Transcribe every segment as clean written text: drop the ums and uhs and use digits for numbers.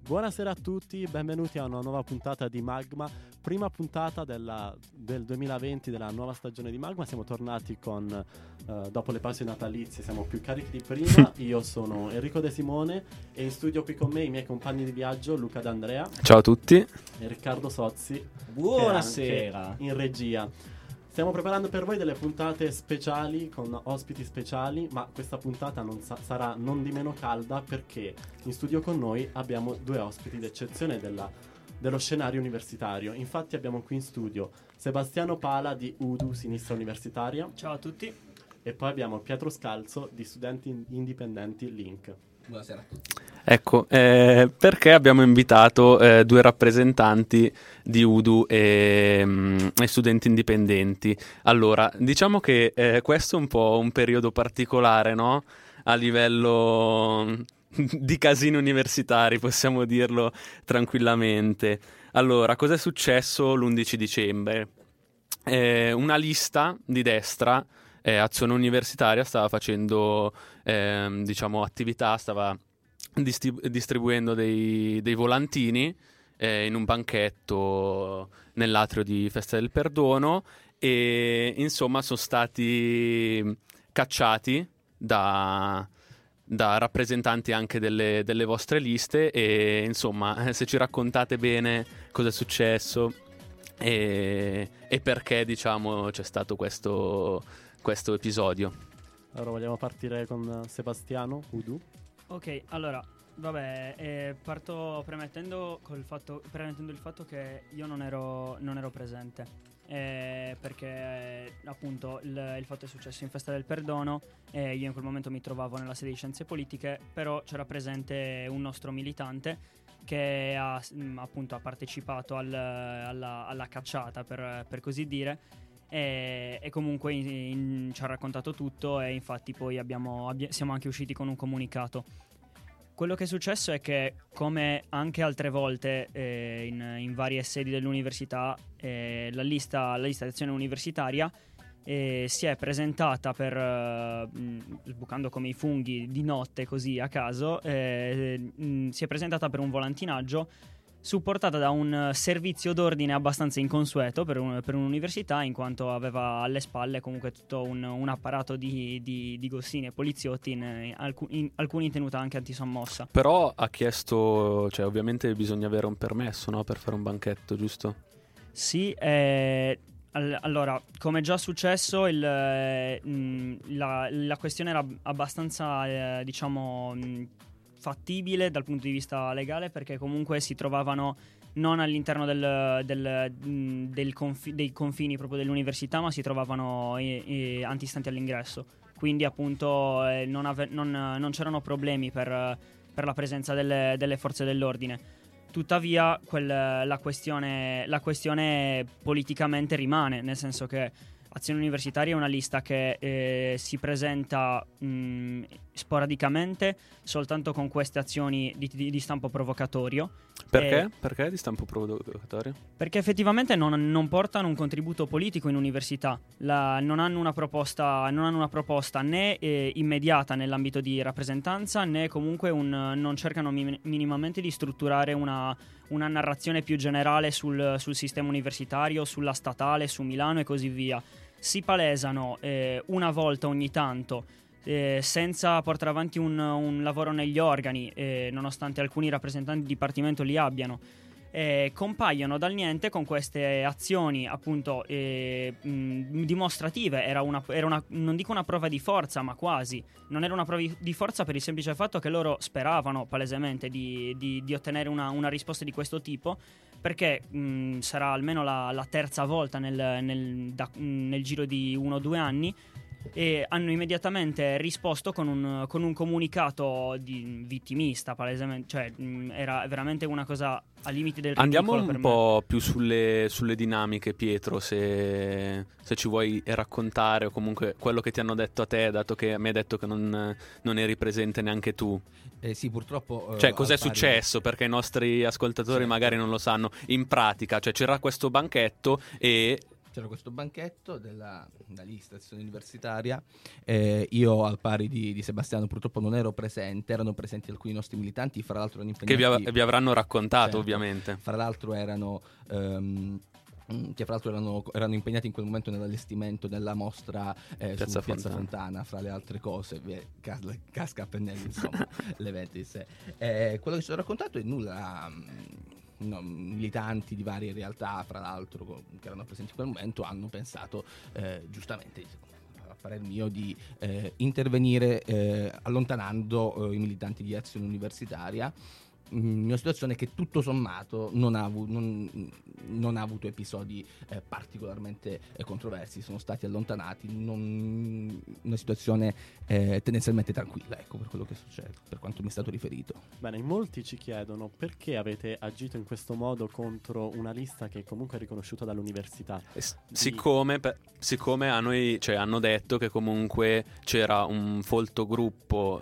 Buonasera a tutti, benvenuti a una nuova puntata di Magma, prima puntata del 2020 della nuova stagione di Magma. Siamo tornati con, dopo le pause natalizie, siamo più carichi di prima. Io sono Enrico De Simone e in studio qui con me i miei compagni di viaggio Luca D'Andrea. Ciao a tutti. E Riccardo Sozzi. Buonasera. In regia. Stiamo preparando per voi delle puntate speciali con ospiti speciali, ma questa puntata sarà non di meno calda perché in studio con noi abbiamo due ospiti d'eccezione dello scenario universitario. Infatti abbiamo qui in studio Sebastiano Pala di UDU Sinistra Universitaria. Ciao a tutti. E poi abbiamo Pietro Scalzo di Studenti Indipendenti Link. Buonasera a tutti. Ecco, perché abbiamo invitato due rappresentanti di UDU e studenti indipendenti. Allora, diciamo che questo è un po' un periodo particolare, no? A livello di casini universitari, possiamo dirlo tranquillamente. Allora, cosa è successo l'11 dicembre? Una lista di destra, Azione Universitaria, stava facendo attività, stava distribuendo dei volantini in un banchetto nell'atrio di Festa del Perdono e insomma sono stati cacciati da rappresentanti anche delle vostre liste e insomma se ci raccontate bene cosa è successo e perché diciamo c'è stato questo episodio. Allora vogliamo partire con Sebastiano, UDU. Ok, allora, vabbè, parto premettendo il fatto che io non ero presente, perché appunto il fatto è successo in Festa del Perdono, io in quel momento mi trovavo nella sede di Scienze Politiche, però c'era presente un nostro militante che ha partecipato alla cacciata, per così dire, e comunque ci ha raccontato tutto e infatti poi siamo anche usciti con un comunicato. Quello che è successo è che, come anche altre volte in varie sedi dell'università, la lista di azione universitaria si è presentata sbucando come i funghi di notte così a caso, si è presentata per un volantinaggio supportata da un servizio d'ordine abbastanza inconsueto per un'università, in quanto aveva alle spalle comunque tutto un apparato di gossini e poliziotti, alcuni in tenuta anche antisommossa. Però ha chiesto, cioè ovviamente bisogna avere un permesso, no, per fare un banchetto, giusto? Sì, allora, come già successo, la questione era abbastanza, fattibile dal punto di vista legale, perché comunque si trovavano non all'interno dei confini proprio dell'università, ma si trovavano antistanti all'ingresso. Quindi appunto non c'erano problemi per la presenza delle forze dell'ordine. Tuttavia la questione politicamente rimane, nel senso che Azione Universitaria è una lista che si presenta sporadicamente soltanto con queste azioni di stampo provocatorio. Perché? Perché di stampo provocatorio? Perché effettivamente non portano un contributo politico in università, non hanno una proposta né immediata nell'ambito di rappresentanza, né comunque non cercano minimamente di strutturare una narrazione più generale sul sistema universitario, sulla statale, su Milano e così via. Si palesano una volta ogni tanto, senza portare avanti un lavoro negli organi, nonostante alcuni rappresentanti di dipartimento li abbiano. Compaiono dal niente con queste azioni appunto dimostrative. Era non dico una prova di forza, ma quasi. Non era una prova di forza per il semplice fatto che loro speravano palesemente di ottenere una risposta di questo tipo, perché sarà almeno la terza volta nel giro di 1 o 2 anni, e hanno immediatamente risposto con un comunicato vittimista, palesemente. Cioè era veramente una cosa a limiti del ridicolo. Andiamo un po' più sulle dinamiche, Pietro, se ci vuoi raccontare, o comunque quello che ti hanno detto a te, dato che mi hai detto che non eri presente neanche tu. Sì, purtroppo. Cioè, cos'è successo? Perché i nostri ascoltatori magari non lo sanno. In pratica, cioè, c'era questo banchetto e c'era questo banchetto dell'amministrazione universitaria. Io, al pari di Sebastiano, purtroppo non ero presente. Erano presenti alcuni nostri militanti, fra l'altro erano impegnati, Che vi avranno raccontato, certo, ovviamente. fra l'altro erano erano impegnati in quel momento nell'allestimento della mostra su Piazza Fontana, fra le altre cose. Casca a pennelli, insomma, l'evento in sé. Quello che ci ho raccontato è nulla. Militanti di varie realtà, fra l'altro, che erano presenti in quel momento, hanno pensato giustamente, a parer mio, di intervenire allontanando i militanti di Azione Universitaria, in una situazione che tutto sommato non ha avuto episodi particolarmente controversi. Sono stati allontanati, una situazione tendenzialmente tranquilla, ecco, per quello che succede, per quanto mi è stato riferito. Bene, in molti ci chiedono perché avete agito in questo modo contro una lista che comunque è riconosciuta dall'università. Siccome a noi, cioè, hanno detto che comunque c'era un folto gruppo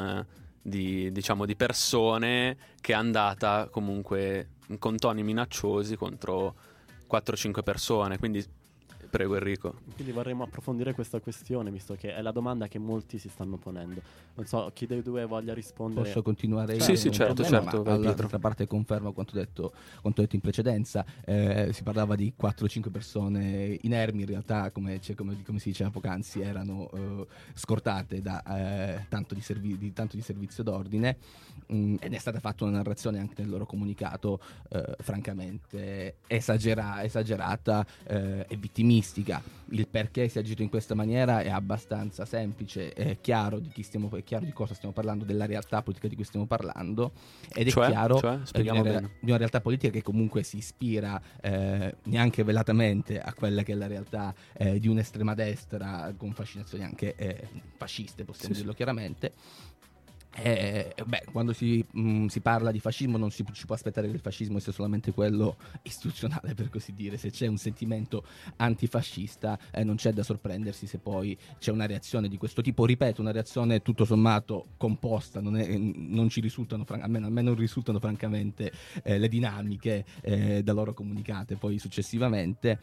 di persone che è andata comunque con toni minacciosi contro 4-5 persone, quindi prego Enrico. Quindi vorremmo approfondire questa questione, visto che è la domanda che molti si stanno ponendo. Non so chi dei due voglia rispondere. Posso continuare io? Sì, certo. D'altra parte confermo quanto detto in precedenza. Si parlava di 4-5 persone inermi, in realtà, come si diceva poc'anzi, erano scortate da tanto di servizio d'ordine, ed è stata fatta una narrazione anche nel loro comunicato francamente esagerata e vittimistica. Il perché si è agito in questa maniera è abbastanza semplice, è chiaro di cosa stiamo parlando, della realtà politica di cui stiamo parlando, ed è chiaro spieghiamo bene, di una realtà politica che comunque si ispira neanche velatamente a quella che è la realtà di un'estrema destra con fascinazioni anche fasciste, possiamo dirlo chiaramente. Quando si parla di fascismo non ci può aspettare che il fascismo sia solamente quello istituzionale, per così dire. Se c'è un sentimento antifascista, non c'è da sorprendersi se poi c'è una reazione di questo tipo. Ripeto, una reazione tutto sommato composta, non ci risultano, a me non risultano francamente le dinamiche da loro comunicate poi successivamente,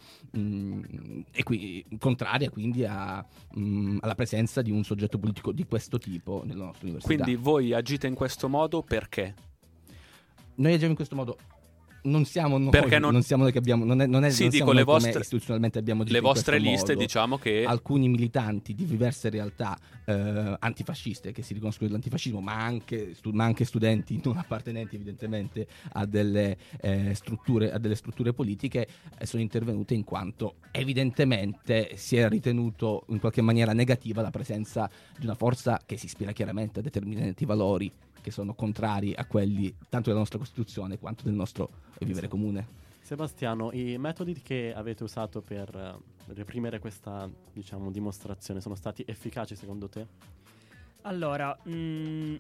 e qui contraria quindi alla presenza di un soggetto politico di questo tipo nella nostra università. Quindi voi agite in questo modo perché? Noi agiamo in questo modo. Non siamo noi, perché non siamo noi che abbiamo. Le vostre, istituzionalmente abbiamo agito le vostre in questo liste, modo. Diciamo che alcuni militanti di diverse realtà antifasciste che si riconoscono dell'antifascismo, ma anche studenti non appartenenti evidentemente a delle strutture politiche, sono intervenute in quanto evidentemente si è ritenuto in qualche maniera negativa la presenza di una forza che si ispira chiaramente a determinati valori che sono contrari a quelli tanto della nostra Costituzione quanto del nostro vivere comune. Sebastiano, i metodi che avete usato per reprimere questa, dimostrazione sono stati efficaci secondo te? Allora, non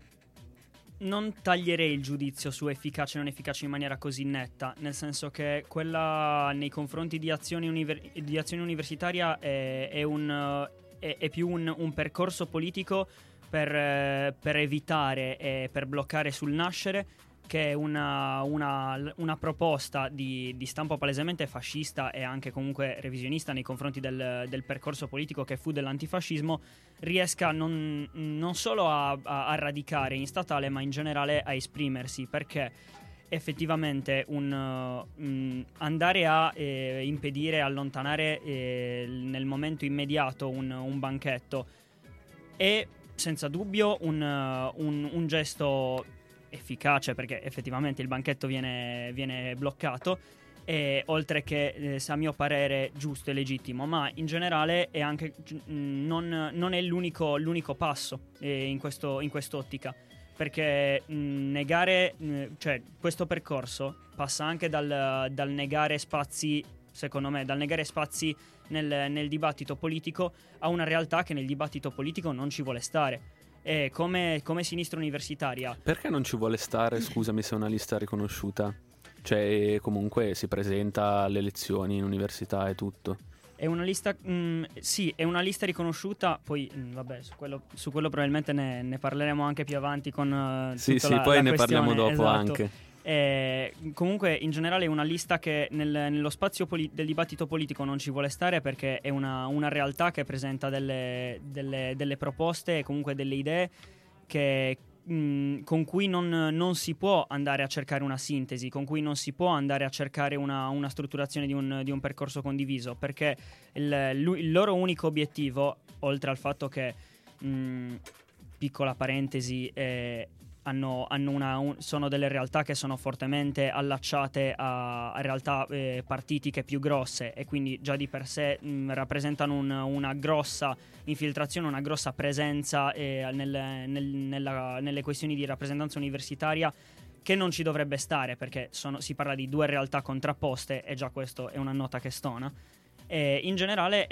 taglierei il giudizio su efficace o non efficace in maniera così netta, nel senso che quella nei confronti di azione universitaria è più un percorso politico per evitare e per bloccare sul nascere, che è una proposta di stampo palesemente fascista e anche comunque revisionista nei confronti del percorso politico che fu dell'antifascismo, riesca non solo a radicare in statale, ma in generale a esprimersi, perché effettivamente andare a impedire, allontanare nel momento immediato un banchetto è senza dubbio un gesto efficace, perché effettivamente il banchetto viene bloccato, e oltre che a mio parere giusto e legittimo, ma in generale è anche non è l'unico passo in quest'ottica, perché negare, cioè questo percorso passa anche dal negare spazi, secondo me, nel dibattito politico a una realtà che nel dibattito politico non ci vuole stare. E come sinistra universitaria. Perché non ci vuole stare, scusami, se è una lista riconosciuta? Cioè, comunque si presenta alle elezioni in università e tutto. È una lista, sì, è una lista riconosciuta. Poi, vabbè, su quello probabilmente ne parleremo anche più avanti con sì, tutta poi la ne questione, parliamo dopo, esatto. anche. Comunque in generale è una lista che nello spazio del dibattito politico non ci vuole stare, perché è una realtà che presenta delle proposte e comunque delle idee con cui non si può andare a cercare una sintesi, con cui non si può andare a cercare una strutturazione di un percorso condiviso, perché il loro unico obiettivo, oltre al fatto che, piccola parentesi, sono delle realtà che sono fortemente allacciate a realtà partitiche più grosse, e quindi già di per sé rappresentano una grossa infiltrazione, una grossa presenza nelle questioni di rappresentanza universitaria, che non ci dovrebbe stare, perché si parla di due realtà contrapposte, e già questo è una nota che stona. E in generale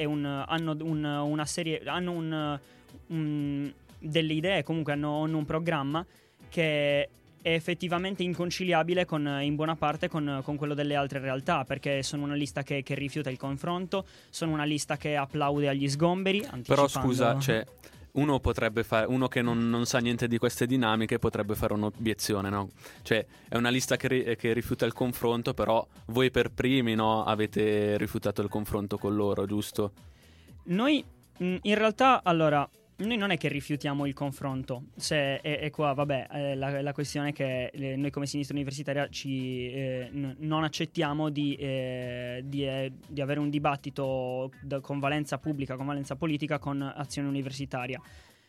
hanno delle idee, comunque hanno un programma che è effettivamente inconciliabile in buona parte con quello delle altre realtà, perché sono una lista che rifiuta il confronto, sono una lista che applaude agli sgomberi, Però scusa, uno che non sa niente di queste dinamiche potrebbe fare un'obiezione, no? Cioè, è una lista che rifiuta il confronto, però voi per primi, no, avete rifiutato il confronto con loro, giusto? Noi in realtà, allora, noi non è che rifiutiamo il confronto, se è qua, vabbè, la questione è che noi come sinistra universitaria non accettiamo di avere un dibattito con valenza pubblica, con valenza politica, con azione universitaria.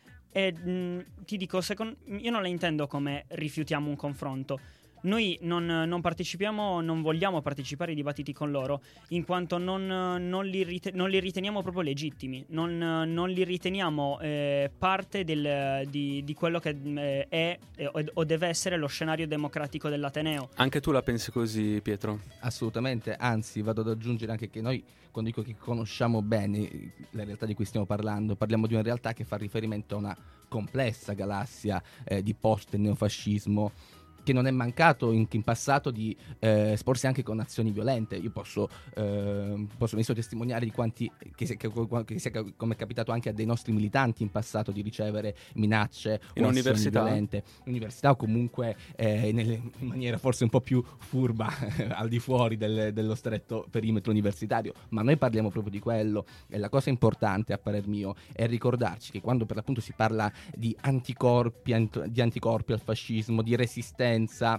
E ti dico, io non la intendo come rifiutiamo un confronto. Noi non partecipiamo, non vogliamo partecipare ai dibattiti con loro, in quanto non li riteniamo proprio legittimi, non li riteniamo parte di quello che è o deve essere lo scenario democratico dell'Ateneo. Anche tu la pensi così, Pietro? Assolutamente, anzi vado ad aggiungere anche che noi, quando dico che conosciamo bene la realtà di cui stiamo parlando, parliamo di una realtà che fa riferimento a una complessa galassia di post-neofascismo, che non è mancato in passato di esporsi anche con azioni violente. Io posso benissimo testimoniare di quanti come è capitato anche a dei nostri militanti in passato di ricevere minacce in o università violente in università, o comunque in maniera forse un po' più furba al di fuori dello stretto perimetro universitario. Ma noi parliamo proprio di quello, e la cosa importante a parer mio è ricordarci che quando per l'appunto si parla di anticorpi al fascismo, di resistenza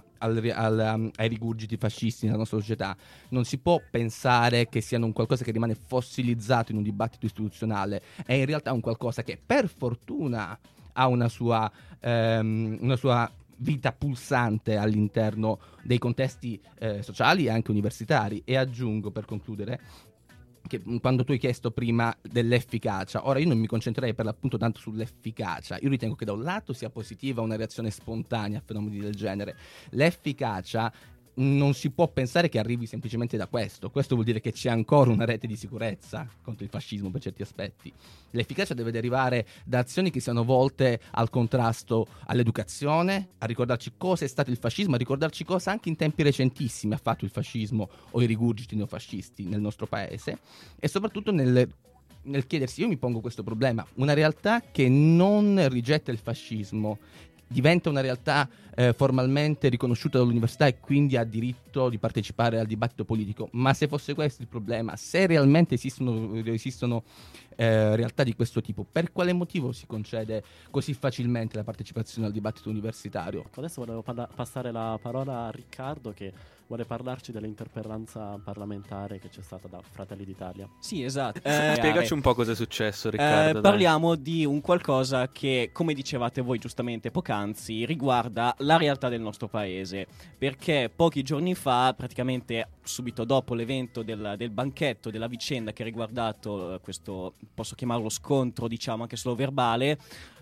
ai rigurgiti fascisti nella nostra società, non si può pensare che siano un qualcosa che rimane fossilizzato in un dibattito istituzionale. È in realtà un qualcosa che per fortuna ha una sua vita pulsante all'interno dei contesti sociali e anche universitari. E aggiungo, per concludere, che quando tu hai chiesto prima dell'efficacia, ora io non mi concentrerei per l'appunto tanto sull'efficacia. Io ritengo che da un lato sia positiva una reazione spontanea a fenomeni del genere. L'efficacia non si può pensare che arrivi semplicemente da questo. Questo vuol dire che c'è ancora una rete di sicurezza contro il fascismo per certi aspetti. L'efficacia deve derivare da azioni che siano volte al contrasto all'educazione, a ricordarci cosa è stato il fascismo, a ricordarci cosa anche in tempi recentissimi ha fatto il fascismo o i rigurgiti neofascisti nel nostro paese, e soprattutto nel chiedersi, io mi pongo questo problema: una realtà che non rigetta il fascismo diventa una realtà formalmente riconosciuta dall'università e quindi ha diritto di partecipare al dibattito politico. Ma se fosse questo il problema, se realmente esistono realtà di questo tipo, per quale motivo si concede così facilmente la partecipazione al dibattito universitario? Adesso volevo passare la parola a Riccardo, che vuole parlarci dell'interpellanza parlamentare che c'è stata da Fratelli d'Italia. Sì, esatto. Spiegaci un po' cosa è successo, Riccardo. Parliamo di un qualcosa che, come dicevate voi giustamente poc'anzi, riguarda la realtà del nostro paese, perché pochi giorni fa, praticamente subito dopo l'evento del banchetto, della vicenda che ha riguardato questo, posso chiamarlo scontro, diciamo anche solo verbale,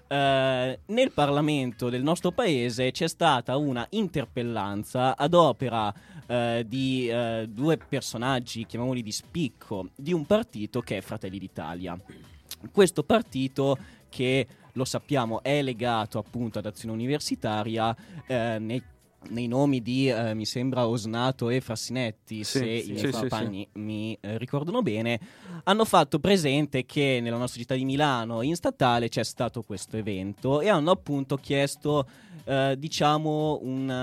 nel Parlamento del nostro paese c'è stata una interpellanza ad opera di due personaggi, chiamiamoli di spicco, di un partito che è Fratelli d'Italia. Questo partito, che lo sappiamo è legato appunto ad Azione Universitaria, nei nomi di mi sembra Osnato e Frassinetti, se i miei compagni mi ricordano bene, hanno fatto presente che nella nostra città di Milano in statale c'è stato questo evento e hanno appunto chiesto diciamo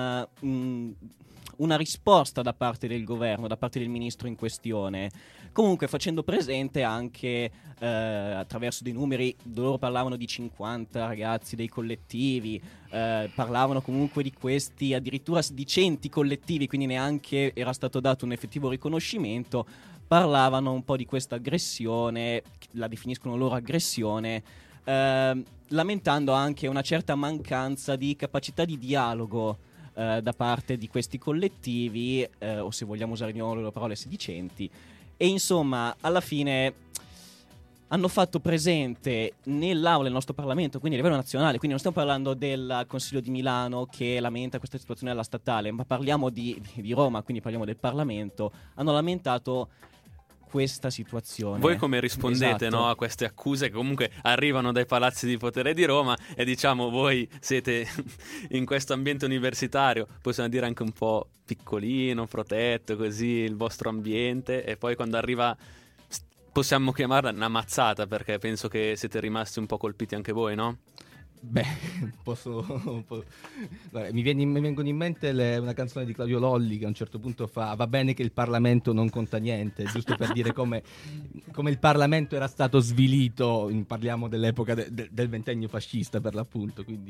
una risposta da parte del governo, da parte del ministro in questione. Comunque facendo presente anche attraverso dei numeri, loro parlavano di 50 ragazzi dei collettivi, parlavano comunque di questi addirittura di 100 collettivi, quindi neanche era stato dato un effettivo riconoscimento. Parlavano un po' di questa aggressione, la definiscono loro aggressione, lamentando anche una certa mancanza di capacità di dialogo da parte di questi collettivi, o se vogliamo usare di nuovo le parole sedicenti. E insomma, alla fine hanno fatto presente nell'aula del nostro Parlamento, quindi a livello nazionale, quindi non stiamo parlando del Consiglio di Milano che lamenta questa situazione alla statale, ma parliamo di Roma, quindi parliamo del Parlamento, hanno lamentato questa situazione. Voi come rispondete, esatto, no, a queste accuse che comunque arrivano dai palazzi di potere di Roma e diciamo voi siete in questo ambiente universitario, possiamo dire anche un po' piccolino, protetto, così il vostro ambiente, e poi quando arriva possiamo chiamarla una mazzata, perché penso che siete rimasti un po' colpiti anche voi, no? Beh, Guarda, mi vengono in mente una canzone di Claudio Lolli che a un certo punto fa: va bene che il Parlamento non conta niente, giusto per dire come il Parlamento era stato svilito, parliamo dell'epoca del ventennio fascista per l'appunto, quindi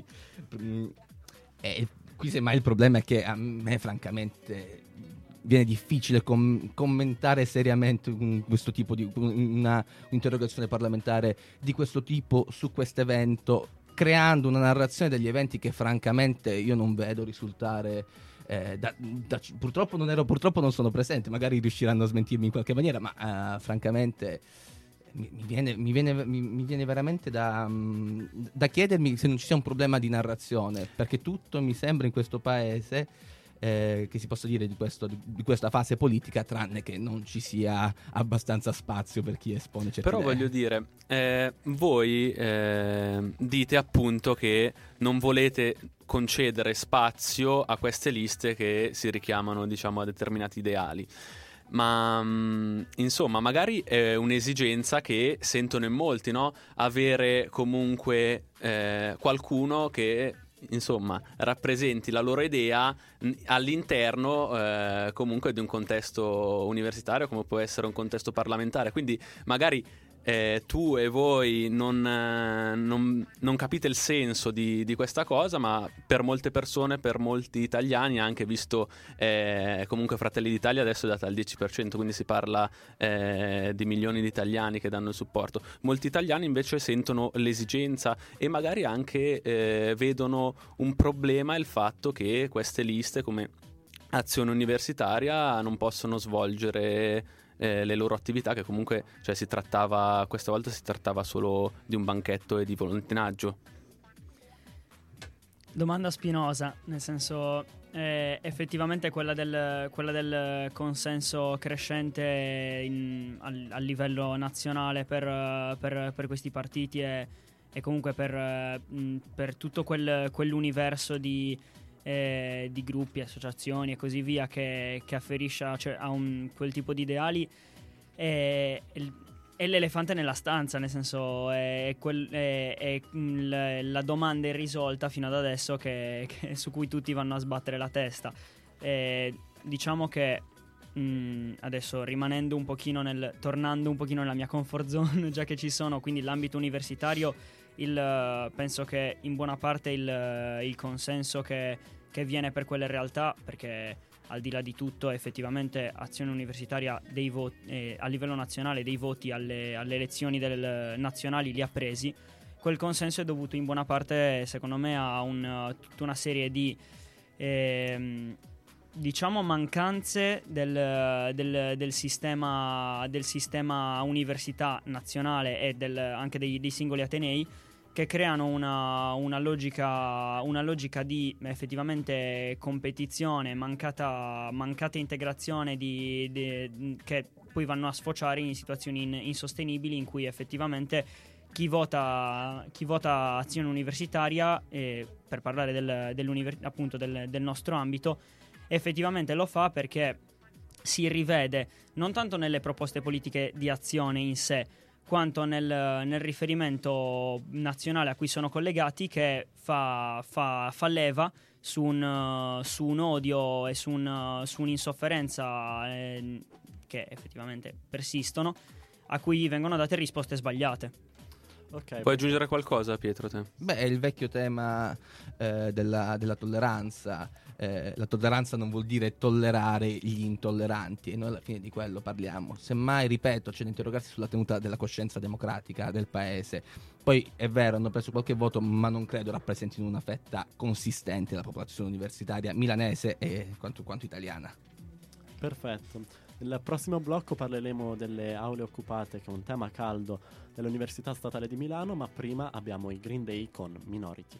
qui semmai il problema è che a me francamente viene difficile commentare seriamente questo tipo di un'interrogazione parlamentare di questo tipo su questo evento, creando una narrazione degli eventi che francamente io non vedo risultare. Purtroppo non sono presente, magari riusciranno a smentirmi in qualche maniera, ma francamente mi viene veramente da chiedermi se non ci sia un problema di narrazione, perché tutto mi sembra in questo paese che si possa dire di questa fase politica, tranne che non ci sia abbastanza spazio per chi espone certe Però idee. voglio dire, voi dite appunto che non volete concedere spazio a queste liste che si richiamano, diciamo, a determinati ideali. Ma insomma, magari è un'esigenza che sentono in molti, no? Avere comunque qualcuno che insomma rappresenti la loro idea all'interno comunque di un contesto universitario, come può essere un contesto parlamentare. Quindi magari tu e voi non capite il senso di questa cosa, ma per molte persone, per molti italiani, anche visto comunque Fratelli d'Italia adesso è data al 10%, quindi si parla di milioni di italiani che danno il supporto. Molti italiani invece sentono l'esigenza e magari anche vedono un problema il fatto che queste liste come Azione Universitaria non possono svolgere le loro attività, che comunque questa volta si trattava solo di un banchetto e di volantinaggio. Domanda spinosa, nel senso effettivamente quella del consenso crescente a livello nazionale per questi partiti e comunque per tutto quell'universo di gruppi, associazioni e così via che afferisce a quel tipo di ideali è l'elefante nella stanza, nel senso è la domanda irrisolta fino ad adesso su cui tutti vanno a sbattere la testa. Diciamo che adesso tornando un pochino nella mia comfort zone, già che ci sono, quindi l'ambito universitario, penso che in buona parte il consenso che viene per quelle realtà, perché al di là di tutto effettivamente Azione Universitaria dei voti a livello nazionale dei voti alle elezioni nazionali li ha presi. Quel consenso è dovuto in buona parte, secondo me, a tutta una serie di diciamo mancanze del sistema università nazionale e anche dei singoli atenei, che creano una logica di effettivamente competizione, mancata integrazione che poi vanno a sfociare in situazioni insostenibili, in cui effettivamente chi vota Azione Universitaria, per parlare appunto del nostro ambito, effettivamente lo fa perché si rivede non tanto nelle proposte politiche di Azione in sé, quanto nel riferimento nazionale a cui sono collegati, che fa leva su un odio e su un'insofferenza che effettivamente persistono, a cui vengono date risposte sbagliate. Okay, Puoi aggiungere qualcosa, Pietro, te? Beh, è il vecchio tema della tolleranza. La tolleranza non vuol dire tollerare gli intolleranti, e noi alla fine di quello parliamo. Semmai, ripeto, c'è da interrogarsi sulla tenuta della coscienza democratica del paese. Poi è vero, hanno preso qualche voto, ma non credo rappresentino una fetta consistente della popolazione universitaria milanese e quanto italiana. Perfetto. Nel prossimo blocco parleremo delle aule occupate, che è un tema caldo dell'Università Statale di Milano, ma prima abbiamo i Green Day con Minority.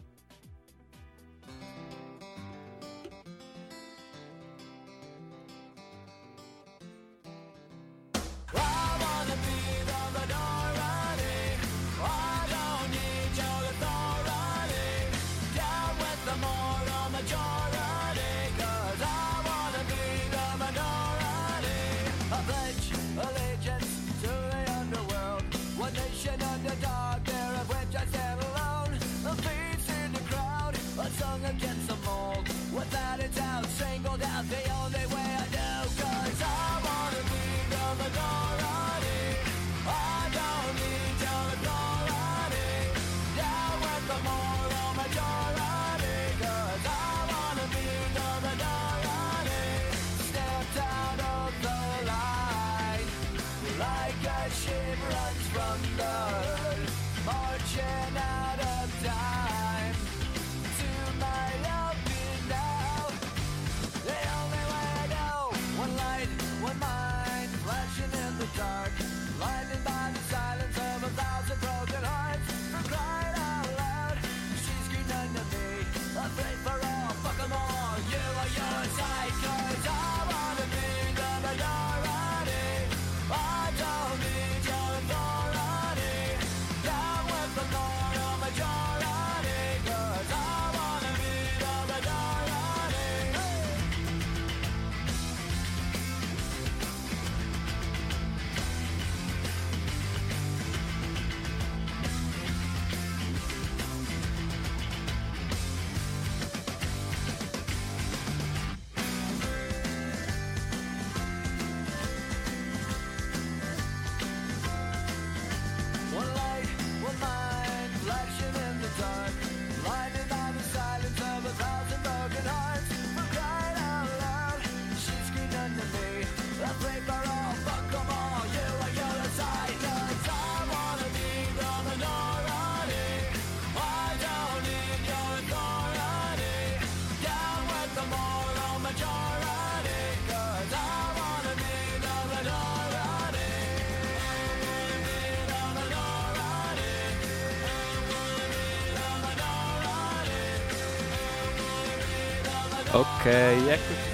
Ok, eccoci.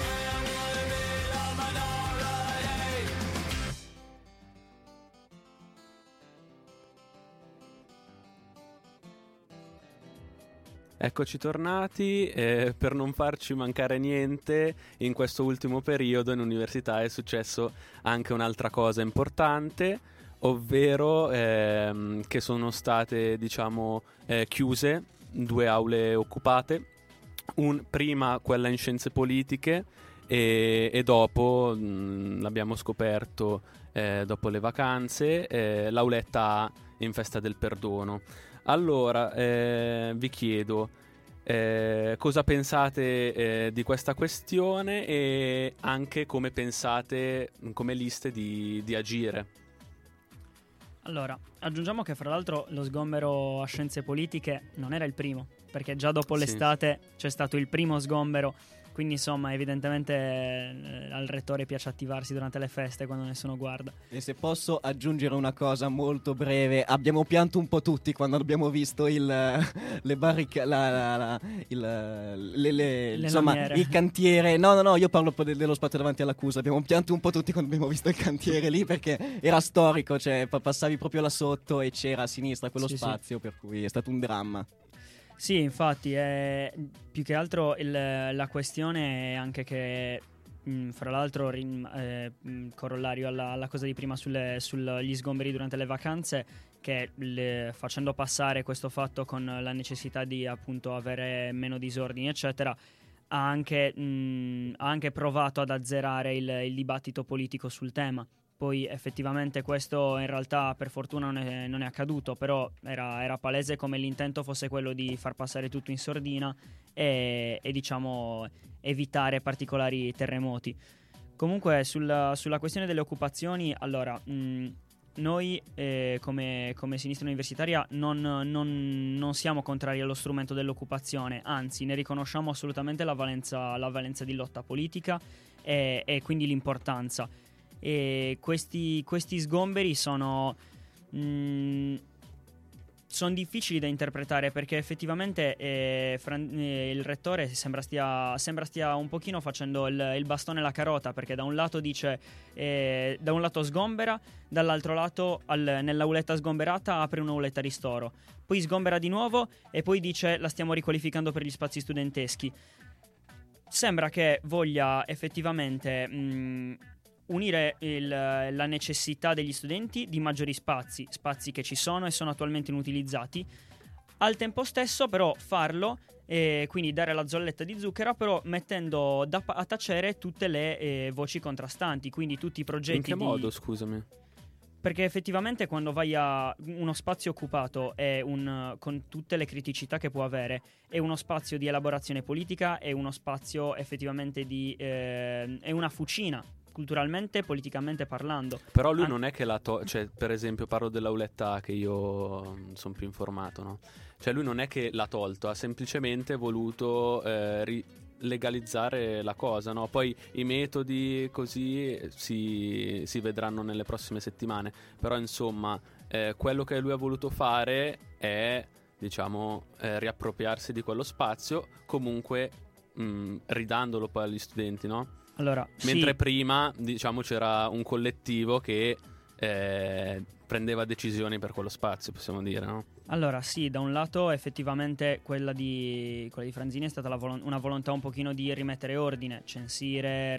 Eccoci tornati. Per non farci mancare niente, in questo ultimo periodo in università è successo anche un'altra cosa importante, ovvero che sono state, diciamo, chiuse 2 aule occupate. Prima quella in scienze politiche e dopo, l'abbiamo scoperto dopo le vacanze, l'auletta A in Festa del Perdono. Allora, vi chiedo cosa pensate di questa questione e anche come pensate come liste di agire. Allora, aggiungiamo che fra l'altro lo sgombero a scienze politiche non era il primo, perché già dopo l'estate c'è stato il primo sgombero, quindi insomma evidentemente al rettore piace attivarsi durante le feste quando nessuno guarda. E se posso aggiungere una cosa molto breve, abbiamo pianto un po' tutti quando abbiamo visto le barricate, insomma il cantiere. No, io parlo dello spazio davanti all'Accusa. Abbiamo pianto un po' tutti quando abbiamo visto il cantiere lì, perché era storico, cioè passavi proprio là sotto e c'era a sinistra quello spazio, per cui è stato un dramma. Sì, infatti, più che altro la questione è anche che fra l'altro corollario alla cosa di prima sugli sgomberi durante le vacanze, che facendo passare questo fatto con la necessità di appunto avere meno disordini eccetera, ha anche provato ad azzerare il dibattito politico sul tema. Poi effettivamente questo in realtà per fortuna non è accaduto, però era palese come l'intento fosse quello di far passare tutto in sordina e diciamo evitare particolari terremoti. Comunque sulla questione delle occupazioni, allora noi come sinistra universitaria non siamo contrari allo strumento dell'occupazione, anzi ne riconosciamo assolutamente la valenza di lotta politica e quindi l'importanza. E questi sgomberi sono difficili da interpretare, perché effettivamente il rettore sembra stia un pochino facendo il bastone e la carota, perché da un lato dice da un lato sgombera, dall'altro lato nell'auletta sgomberata apre un'auletta ristoro, poi sgombera di nuovo e poi dice la stiamo riqualificando per gli spazi studenteschi. Sembra che voglia effettivamente unire la necessità degli studenti di maggiori spazi che ci sono e sono attualmente inutilizzati, al tempo stesso però farlo e quindi dare la zolletta di zucchero, però mettendo a tacere tutte le voci contrastanti, quindi tutti i progetti. In che modo, scusami? Perché effettivamente quando vai a uno spazio occupato con tutte le criticità che può avere, è uno spazio di elaborazione politica, è uno spazio effettivamente è una fucina culturalmente, politicamente parlando. Però lui non è che cioè, per esempio parlo dell'auletta che io sono più informato, no? Cioè lui non è che l'ha tolto, ha semplicemente voluto legalizzare la cosa, no? Poi i metodi così si vedranno nelle prossime settimane, però insomma quello che lui ha voluto fare è, diciamo, riappropriarsi di quello spazio, comunque ridandolo poi agli studenti, no? Allora, mentre sì, prima, diciamo, c'era un collettivo che prendeva decisioni per quello spazio, possiamo dire, no? allora sì, da un lato effettivamente quella di Franzini è stata una volontà un pochino di rimettere ordine, censire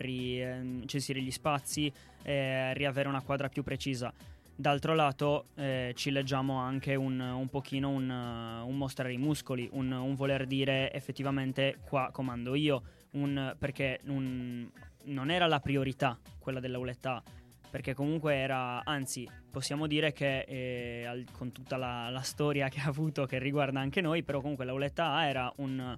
gli spazi, riavere una quadra più precisa. D'altro lato ci leggiamo anche un pochino un mostrare i muscoli, un voler dire effettivamente qua comando io, perché non era la priorità quella dell'auletta, perché comunque era, anzi possiamo dire che con tutta la storia che ha avuto, che riguarda anche noi, però comunque l'auletta A era un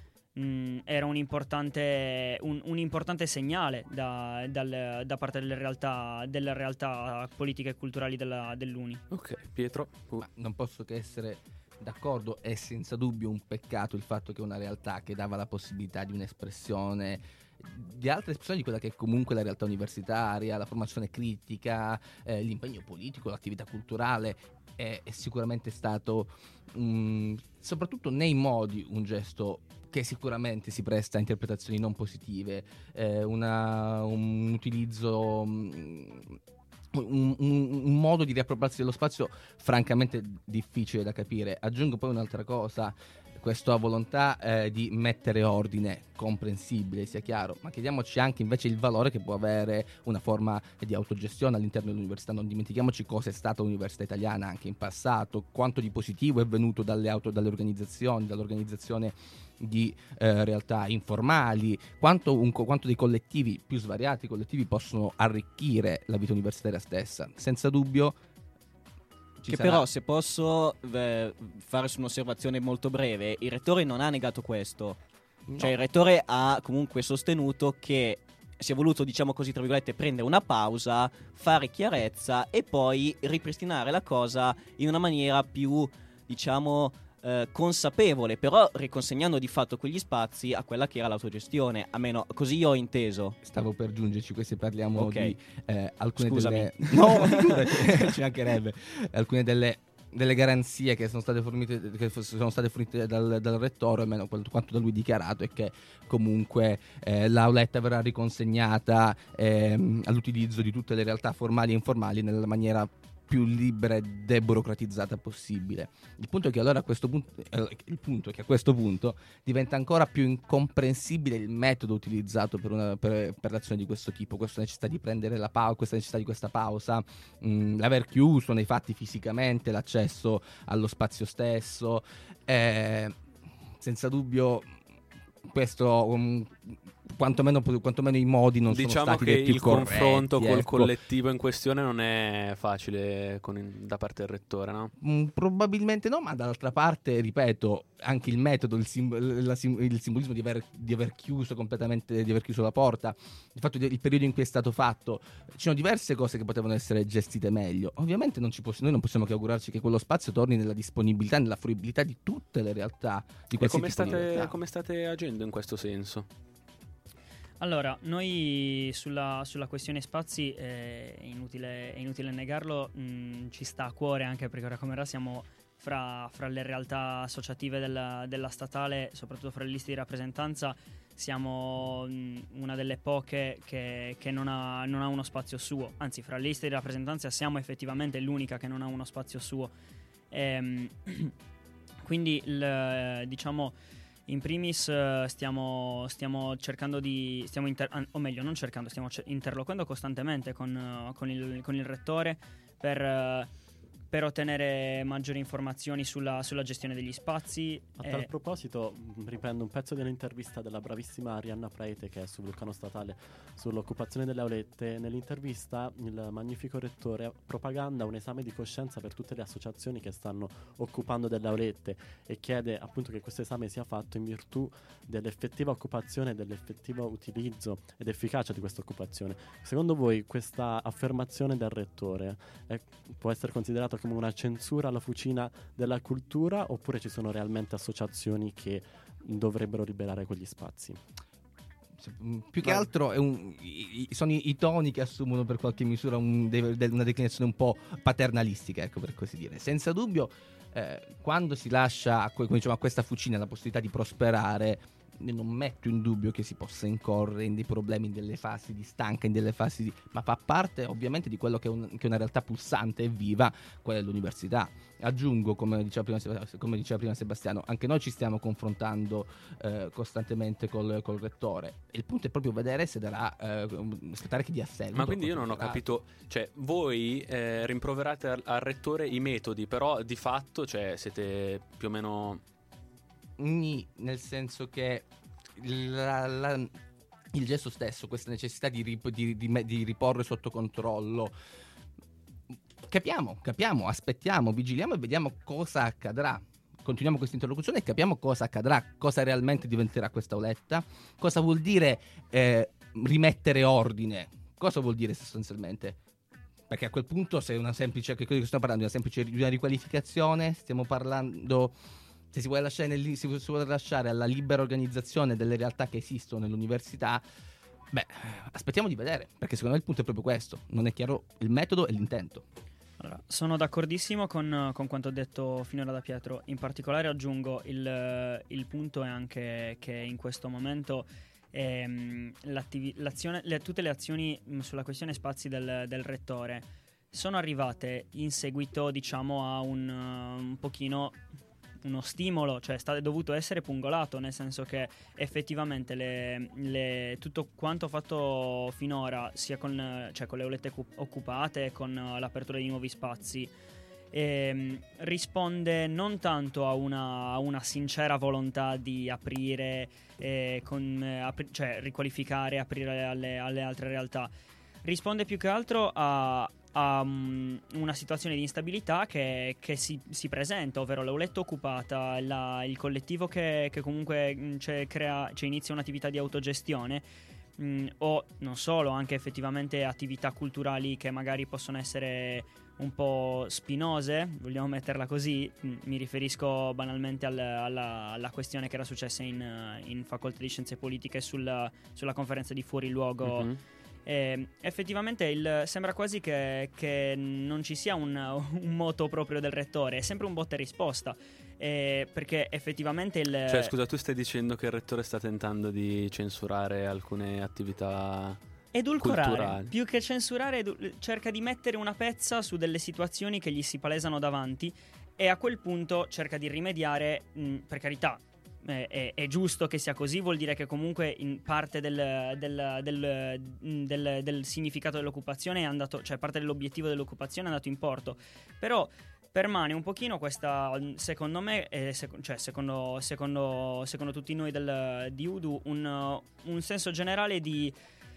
importante segnale da parte delle realtà politiche e culturali dell'Uni. Ok, Pietro. Ma non posso che essere d'accordo. È senza dubbio un peccato il fatto che una realtà che dava la possibilità di un'espressione, di altre espressioni di quella che è comunque la realtà universitaria, la formazione critica, l'impegno politico, l'attività culturale, è sicuramente stato soprattutto nei modi un gesto che sicuramente si presta a interpretazioni non positive, un utilizzo, un modo di riappropriarsi dello spazio francamente difficile da capire. Aggiungo poi un'altra cosa: questa volontà di mettere ordine, comprensibile, sia chiaro, ma chiediamoci anche invece il valore che può avere una forma di autogestione all'interno dell'università. Non dimentichiamoci cosa è stata l'università italiana anche in passato, quanto di positivo è venuto dalle organizzazioni, dall'organizzazione di realtà informali, quanto dei collettivi più svariati collettivi possono arricchire la vita universitaria stessa. Senza dubbio però, se posso fare su un'osservazione molto breve, il rettore non ha negato questo. No. Cioè il rettore ha comunque sostenuto che si è voluto, diciamo così, tra virgolette, prendere una pausa, fare chiarezza e poi ripristinare la cosa in una maniera più, diciamo, consapevole, però riconsegnando di fatto quegli spazi a quella che era l'autogestione, almeno così io ho inteso. Stavo per giungerci, questi parliamo di alcune Scusami. no, ci mancherebbe, alcune delle garanzie che sono state fornite dal rettore, almeno quanto da lui dichiarato, è che comunque l'auletta verrà riconsegnata all'utilizzo di tutte le realtà formali e informali nella maniera più libera e deburocratizzata possibile. Il punto è che allora a questo punto diventa ancora più incomprensibile il metodo utilizzato per l'azione di questo tipo, questa necessità di prendere questa necessità di questa pausa, l'aver chiuso nei fatti fisicamente l'accesso allo spazio stesso, senza dubbio questo quantomeno i modi non sono stati detti corretti. Diciamo che il confronto col collettivo in questione non è facile da parte del rettore, no? Probabilmente no, ma dall'altra parte, ripeto, anche il metodo, il simbolismo di aver chiuso completamente, di aver chiuso la porta, il fatto del periodo in cui è stato fatto, ci sono diverse cose che potevano essere gestite meglio. Ovviamente noi non possiamo che augurarci che quello spazio torni nella disponibilità, nella fruibilità di tutte le realtà, di qualsiasi tipo di realtà. Come state agendo in questo senso? Allora, noi sulla questione spazi, è inutile negarlo, ci sta a cuore, anche perché ora come ora siamo fra le realtà associative della statale, soprattutto fra le liste di rappresentanza, siamo una delle poche che non ha uno spazio suo. Anzi, fra le liste di rappresentanza siamo effettivamente l'unica che non ha uno spazio suo. Quindi, diciamo... In primis stiamo interloquendo costantemente con il rettore per ottenere maggiori informazioni sulla gestione degli spazi. A tal proposito, riprendo un pezzo dell'intervista della bravissima Arianna Praete, che è su Vulcano Statale, sull'occupazione delle aulette. Nell'intervista il magnifico rettore propaganda un esame di coscienza per tutte le associazioni che stanno occupando delle aulette e chiede appunto che questo esame sia fatto in virtù dell'effettiva occupazione, dell'effettivo utilizzo ed efficacia di questa occupazione. Secondo voi questa affermazione del rettore può essere considerata come una censura alla fucina della cultura, oppure ci sono realmente associazioni che dovrebbero liberare quegli spazi? Più che altro sono i toni che assumono per qualche misura una declinazione un po' paternalistica, ecco, per così dire. Senza dubbio, quando si lascia come diciamo, a questa fucina la possibilità di prosperare, non metto in dubbio che si possa incorrere in dei problemi, in delle fasi di stanca, ma fa parte ovviamente di quello che è una realtà pulsante e viva, quella dell'università. Aggiungo, come diceva prima Sebastiano, anche noi ci stiamo confrontando costantemente col rettore. Il punto è proprio vedere se darà aspettare che dia seguito. Ma quindi io non ho capito, cioè voi rimproverate al rettore i metodi, però di fatto siete più o meno... Nel senso che il gesto stesso, questa necessità di riporre sotto controllo, capiamo, aspettiamo, vigiliamo e vediamo cosa accadrà. Continuiamo questa interlocuzione e capiamo cosa accadrà, cosa realmente diventerà questa auletta, cosa vuol dire rimettere ordine, cosa vuol dire sostanzialmente. Perché a quel punto se stiamo parlando di una riqualificazione, stiamo parlando... Se si vuole lasciare alla libera organizzazione delle realtà che esistono nell'università, aspettiamo di vedere, perché secondo me il punto è proprio questo, non è chiaro il metodo e l'intento. Allora, sono d'accordissimo con quanto detto finora da Pietro. In particolare aggiungo il punto è anche che in questo momento tutte le azioni sulla questione spazi del rettore sono arrivate in seguito, diciamo, a un pochino uno stimolo, cioè è dovuto essere pungolato, nel senso che effettivamente tutto quanto fatto finora, sia con le aulette occupate, con l'apertura di nuovi spazi, risponde non tanto a una sincera volontà di aprire, cioè riqualificare, aprire alle altre realtà. Risponde più che altro a una situazione di instabilità che si presenta, ovvero l'auletta occupata, il collettivo che comunque inizia un'attività di autogestione, o non solo, anche effettivamente attività culturali che magari possono essere un po' spinose, vogliamo metterla così. Mi riferisco banalmente alla questione che era successa in facoltà di scienze politiche sulla conferenza di Fuori Luogo. Mm-hmm. Effettivamente sembra quasi che non ci sia un moto proprio del rettore, è sempre un botta e risposta, perché effettivamente Cioè, scusa, tu stai dicendo che il rettore sta tentando di censurare alcune attività edulcorare, culturali. più che censurare, cerca di mettere una pezza su delle situazioni che gli si palesano davanti e a quel punto cerca di rimediare, per carità. È giusto che sia così, vuol dire che comunque in parte del significato dell'occupazione è andato, cioè parte dell'obiettivo dell'occupazione è andato in porto, però permane un pochino questa, secondo me, secondo tutti noi di Udu, un senso generale di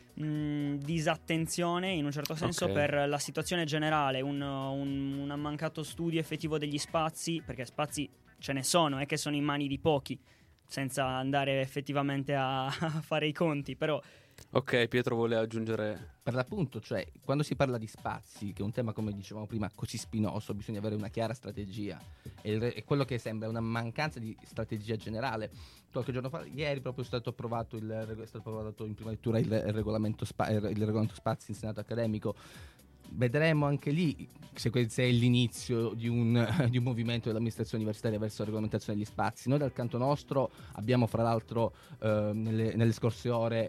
disattenzione in un certo senso per la situazione generale, un mancato studio effettivo degli spazi, perché spazi ce ne sono, che sono in mani di pochi, senza andare effettivamente a fare i conti, però. Ok, Pietro vuole aggiungere. Per l'appunto, cioè, quando si parla di spazi, che è un tema, come dicevamo prima, così spinoso, bisogna avere una chiara strategia. E quello che sembra una mancanza di strategia generale. Qualche giorno fa, ieri proprio è stato approvato in prima lettura il regolamento spazi in Senato accademico. Vedremo anche lì se è l'inizio di un movimento dell'amministrazione universitaria verso la regolamentazione degli spazi. Noi dal canto nostro abbiamo, fra l'altro, nelle scorse ore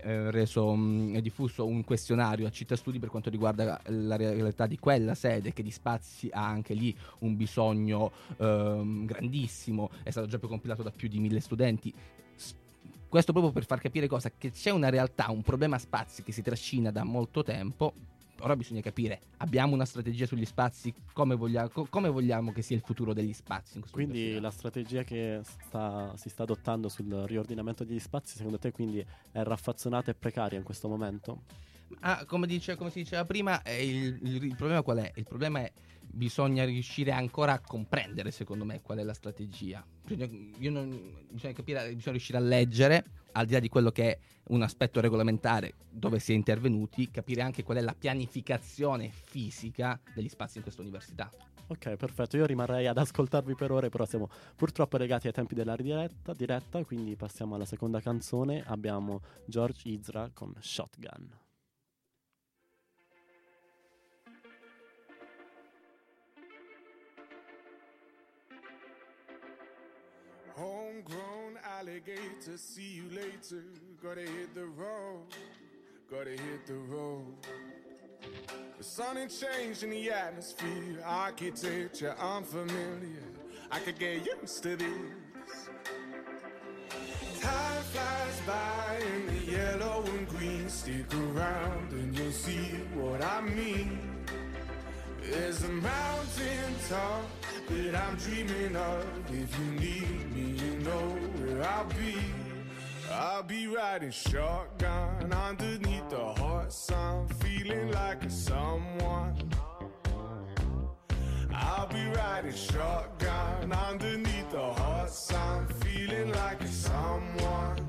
diffuso un questionario a Città Studi per quanto riguarda la realtà di quella sede, che di spazi ha anche lì un bisogno grandissimo. È stato già compilato da più di 1000 studenti. Questo proprio per far capire che c'è una realtà, un problema spazi che si trascina da molto tempo. Ora bisogna capire, abbiamo una strategia sugli spazi, come vogliamo che sia il futuro degli spazi in questo Quindi università. la strategia che si sta adottando sul riordinamento degli spazi, secondo te, quindi è raffazzonata e precaria in questo momento? Come si diceva prima, il problema qual è? Il problema è bisogna riuscire ancora a comprendere, secondo me, qual è la strategia. Bisogna capire, bisogna riuscire a leggere, al di là di quello che è un aspetto regolamentare dove si è intervenuti, capire anche qual è la pianificazione fisica degli spazi in questa università. Ok, perfetto, io rimarrei ad ascoltarvi per ore, però siamo purtroppo legati ai tempi della diretta, quindi passiamo alla seconda canzone. Abbiamo George Ezra con Shotgun. Homegrown alligator, see you later. Gotta hit the road, gotta hit the road. The sun ain't changing the atmosphere, architecture unfamiliar. I could get used to this. Time flies by in the yellow and green. Stick around and you'll see what I mean. There's a mountain top that I'm dreaming of. If you need me, you know where I'll be. I'll be riding shotgun underneath the hot sun, feeling like a someone. I'll be riding shotgun underneath the hot sun, feeling like a someone.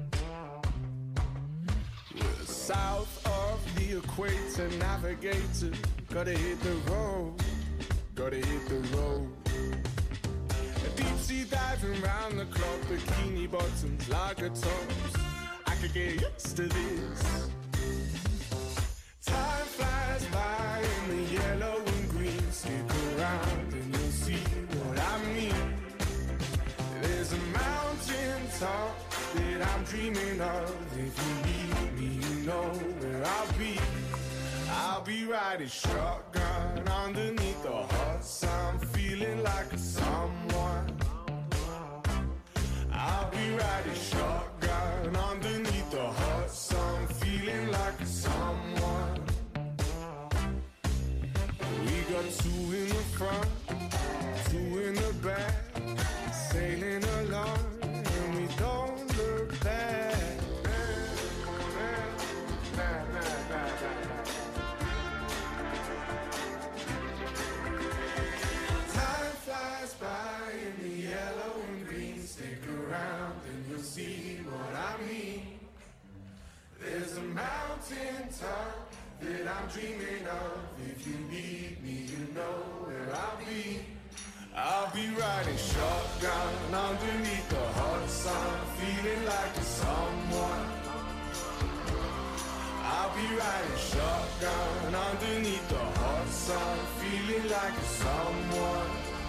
We're south of the equator, navigator. Gotta hit the road, gotta hit the road. Deep sea diving round the clock, bikini bottoms, lager tops. I could get used to this. Time flies by in the yellow and green. Stick around and you'll see what I mean. There's a mountain top that I'm dreaming of. If you need me, you know where I'll be. I'll be riding shotgun underneath the hot sun, feeling like a someone. I'll be riding shotgun underneath the hot sun, feeling like a someone. We got two in the front, two in the back, sailing along and we don't look back. See what I mean. There's a mountain top that I'm dreaming of. If you need me, you know where I'll be. I'll be riding shotgun underneath the hot sun, feeling like a someone. I'll be riding shotgun underneath the hot sun, feeling like a someone.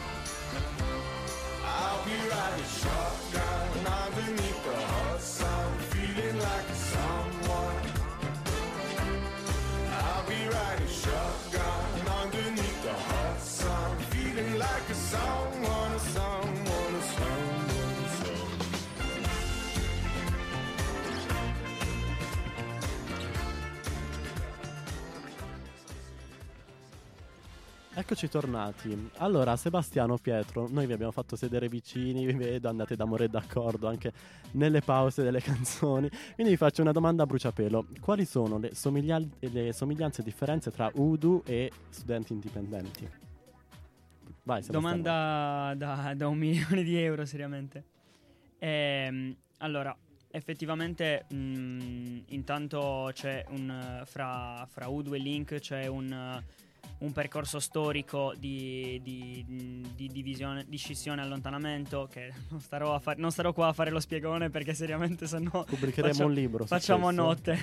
I'll be riding shotgun underneath the hot sun, feeling like a someone. Eccoci tornati. Allora, Sebastiano, Pietro, noi vi abbiamo fatto sedere vicini, vi vedo, andate d'amore e d'accordo anche nelle pause delle canzoni. Quindi vi faccio una domanda a bruciapelo. Quali sono le somiglianze e differenze tra Udu e studenti indipendenti? Vai, Sebastiano. Domanda da 1 milione di euro, seriamente. Allora, effettivamente, intanto c'è fra Udu e Link c'è un percorso storico di divisione, di scissione e allontanamento, che non starò qua a fare lo spiegone, perché seriamente sennò pubblicheremo un libro su facciamo questo. notte.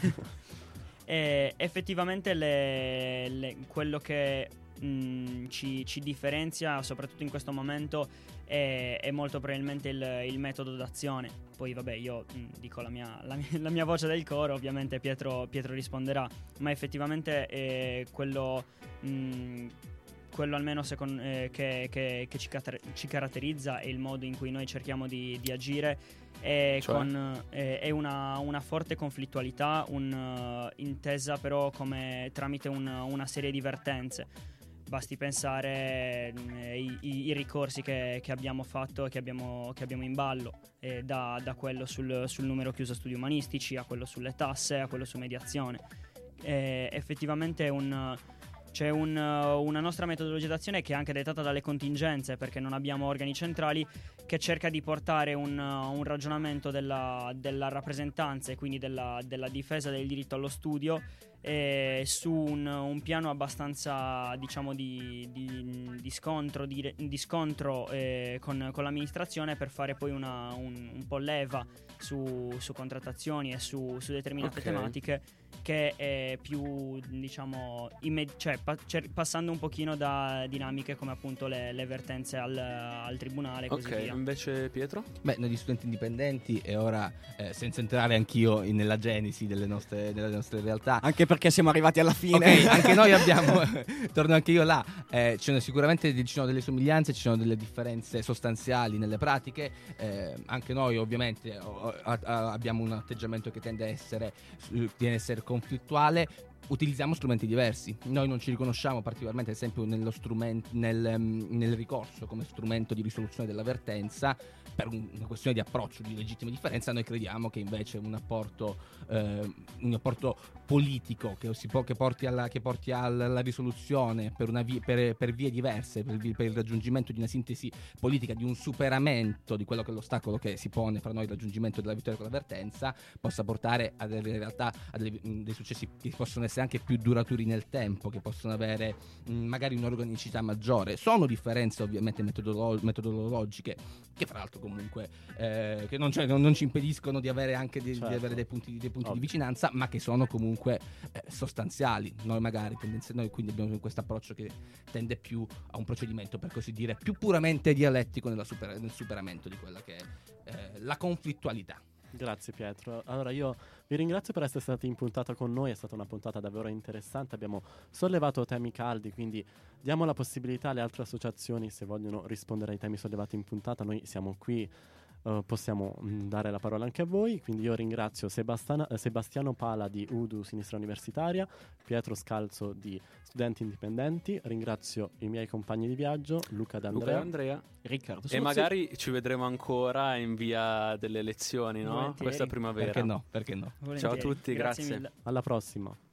E effettivamente quello che ci differenzia soprattutto in questo momento è molto probabilmente il metodo d'azione. Poi vabbè, io dico la mia voce del coro, ovviamente Pietro risponderà, ma effettivamente quello almeno che ci caratterizza è il modo in cui noi cerchiamo di agire, è una forte conflittualità, intesa però come tramite una serie di vertenze. Basti pensare i ricorsi che abbiamo fatto e che abbiamo in ballo, da quello sul numero chiuso studi umanistici, a quello sulle tasse, a quello su mediazione. Effettivamente c'è una nostra metodologia d'azione che è anche dettata dalle contingenze, perché non abbiamo organi centrali, che cerca di portare un ragionamento della rappresentanza e quindi della difesa del diritto allo studio su un piano abbastanza, diciamo, di scontro con l'amministrazione, per fare poi un po' leva su contrattazioni e su determinate tematiche, che è più, diciamo, passando un pochino da dinamiche come appunto le vertenze al tribunale e così via. Invece Pietro? Beh, noi di studenti indipendenti, e ora senza entrare anch'io nella genesi delle nostre realtà, anche perché siamo arrivati alla fine. Ok, anche noi abbiamo torno anche io là, sicuramente ci sono delle somiglianze, ci sono delle differenze sostanziali nelle pratiche. Anche noi ovviamente abbiamo un atteggiamento che tende a essere conflittuale. Utilizziamo strumenti diversi. Noi non ci riconosciamo particolarmente, ad esempio, nel ricorso come strumento di risoluzione della vertenza, per una questione di approccio, di legittima differenza. Noi crediamo che invece un apporto politico che porti alla risoluzione per vie diverse, per il raggiungimento di una sintesi politica, di un superamento di quello che è l'ostacolo che si pone fra noi, il raggiungimento della vittoria con la vertenza, possa portare a dei successi che possono essere anche più duraturi nel tempo, che possono avere magari un'organicità maggiore. Sono differenze ovviamente metodologiche, che fra l'altro comunque che non ci impediscono di avere anche di avere dei punti di vicinanza, ma che sono comunque sostanziali. Noi quindi abbiamo questo approccio che tende più a un procedimento, per così dire, più puramente dialettico nel superamento di quella che è la conflittualità. Grazie Pietro. Allora io vi ringrazio per essere stati in puntata con noi, è stata una puntata davvero interessante, abbiamo sollevato temi caldi, quindi diamo la possibilità alle altre associazioni, se vogliono rispondere ai temi sollevati in puntata, noi siamo qui, possiamo dare la parola anche a voi, quindi io ringrazio Sebastiano Pala di Udu Sinistra Universitaria, Pietro Scalzo di Studenti Indipendenti, ringrazio i miei compagni di viaggio, Luca e Andrea, Riccardo e Sozzi. magari ci vedremo ancora in via delle elezioni, no? Volentieri. Questa primavera. Perché no? Ciao a tutti, grazie. Mille. alla prossima.